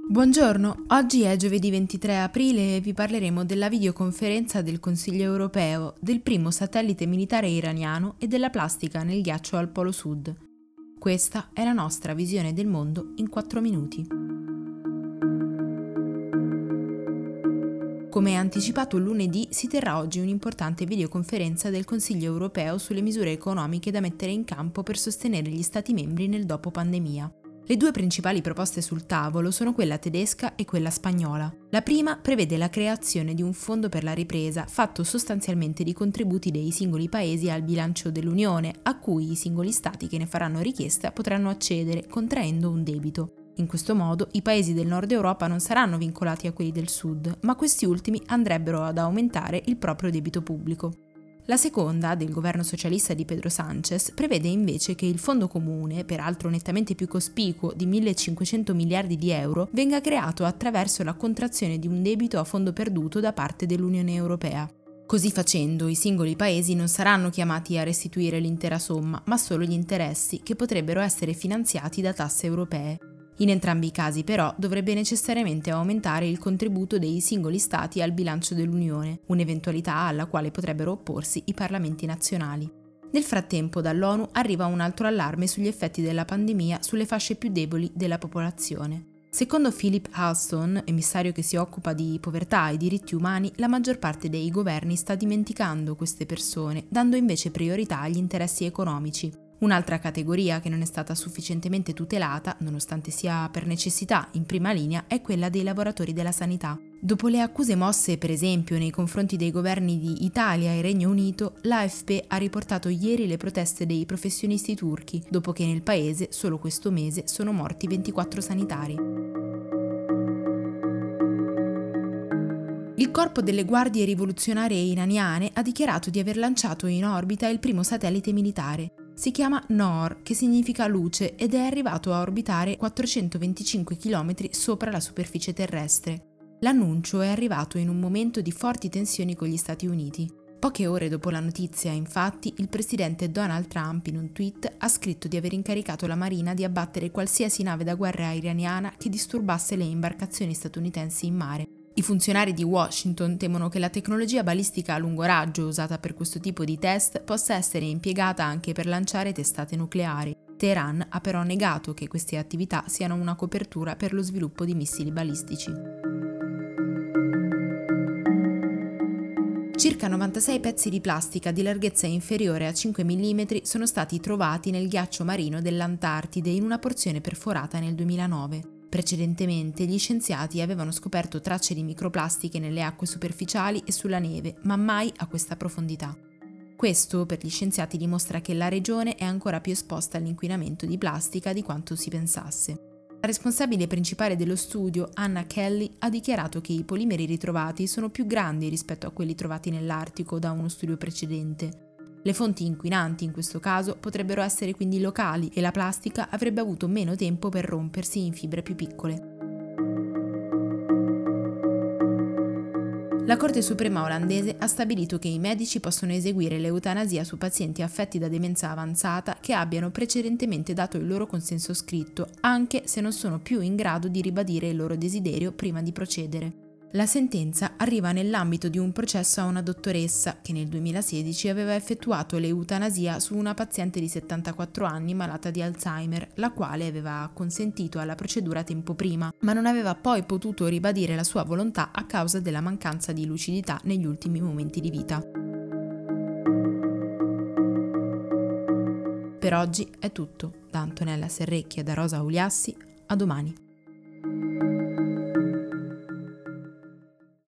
Buongiorno, oggi è giovedì 23 aprile e vi parleremo della videoconferenza del Consiglio europeo, del primo satellite militare iraniano e della plastica nel ghiaccio al Polo Sud. Questa è la nostra visione del mondo in 4 minuti. Come anticipato lunedì, si terrà oggi un'importante videoconferenza del Consiglio europeo sulle misure economiche da mettere in campo per sostenere gli Stati membri nel dopo pandemia. Le due principali proposte sul tavolo sono quella tedesca e quella spagnola. La prima prevede la creazione di un fondo per la ripresa, fatto sostanzialmente di contributi dei singoli paesi al bilancio dell'Unione, a cui i singoli Stati che ne faranno richiesta potranno accedere, contraendo un debito. In questo modo i paesi del nord Europa non saranno vincolati a quelli del sud, ma questi ultimi andrebbero ad aumentare il proprio debito pubblico. La seconda, del governo socialista di Pedro Sánchez, prevede invece che il fondo comune, peraltro nettamente più cospicuo di 1.500 miliardi di euro, venga creato attraverso la contrazione di un debito a fondo perduto da parte dell'Unione Europea. Così facendo, i singoli paesi non saranno chiamati a restituire l'intera somma, ma solo gli interessi, che potrebbero essere finanziati da tasse europee. In entrambi i casi, però, dovrebbe necessariamente aumentare il contributo dei singoli Stati al bilancio dell'Unione, un'eventualità alla quale potrebbero opporsi i parlamenti nazionali. Nel frattempo, dall'ONU arriva un altro allarme sugli effetti della pandemia sulle fasce più deboli della popolazione. Secondo Philip Alston, emissario che si occupa di povertà e diritti umani, la maggior parte dei governi sta dimenticando queste persone, dando invece priorità agli interessi economici. Un'altra categoria che non è stata sufficientemente tutelata, nonostante sia per necessità in prima linea, è quella dei lavoratori della sanità. Dopo le accuse mosse, per esempio, nei confronti dei governi di Italia e Regno Unito, l'AFP ha riportato ieri le proteste dei professionisti turchi, dopo che nel paese, solo questo mese, sono morti 24 sanitari. Il corpo delle guardie rivoluzionarie iraniane ha dichiarato di aver lanciato in orbita il primo satellite militare. Si chiama Noor, che significa luce, ed è arrivato a orbitare 425 km sopra la superficie terrestre. L'annuncio è arrivato in un momento di forti tensioni con gli Stati Uniti. Poche ore dopo la notizia, infatti, il presidente Donald Trump in un tweet ha scritto di aver incaricato la Marina di abbattere qualsiasi nave da guerra iraniana che disturbasse le imbarcazioni statunitensi in mare. I funzionari di Washington temono che la tecnologia balistica a lungo raggio usata per questo tipo di test possa essere impiegata anche per lanciare testate nucleari. Teheran ha però negato che queste attività siano una copertura per lo sviluppo di missili balistici. Circa 96 pezzi di plastica di larghezza inferiore a 5 mm sono stati trovati nel ghiaccio marino dell'Antartide in una porzione perforata nel 2009. Precedentemente gli scienziati avevano scoperto tracce di microplastiche nelle acque superficiali e sulla neve, ma mai a questa profondità. Questo per gli scienziati dimostra che la regione è ancora più esposta all'inquinamento di plastica di quanto si pensasse. La responsabile principale dello studio, Anna Kelly, ha dichiarato che i polimeri ritrovati sono più grandi rispetto a quelli trovati nell'Artico da uno studio precedente. Le fonti inquinanti in questo caso potrebbero essere quindi locali e la plastica avrebbe avuto meno tempo per rompersi in fibre più piccole. La Corte Suprema olandese ha stabilito che i medici possono eseguire l'eutanasia su pazienti affetti da demenza avanzata che abbiano precedentemente dato il loro consenso scritto, anche se non sono più in grado di ribadire il loro desiderio prima di procedere. La sentenza arriva nell'ambito di un processo a una dottoressa che nel 2016 aveva effettuato l'eutanasia su una paziente di 74 anni malata di Alzheimer, la quale aveva consentito alla procedura tempo prima, ma non aveva poi potuto ribadire la sua volontà a causa della mancanza di lucidità negli ultimi momenti di vita. Per oggi è tutto. Da Antonella Serrecchia e da Rosa Uliassi, a domani.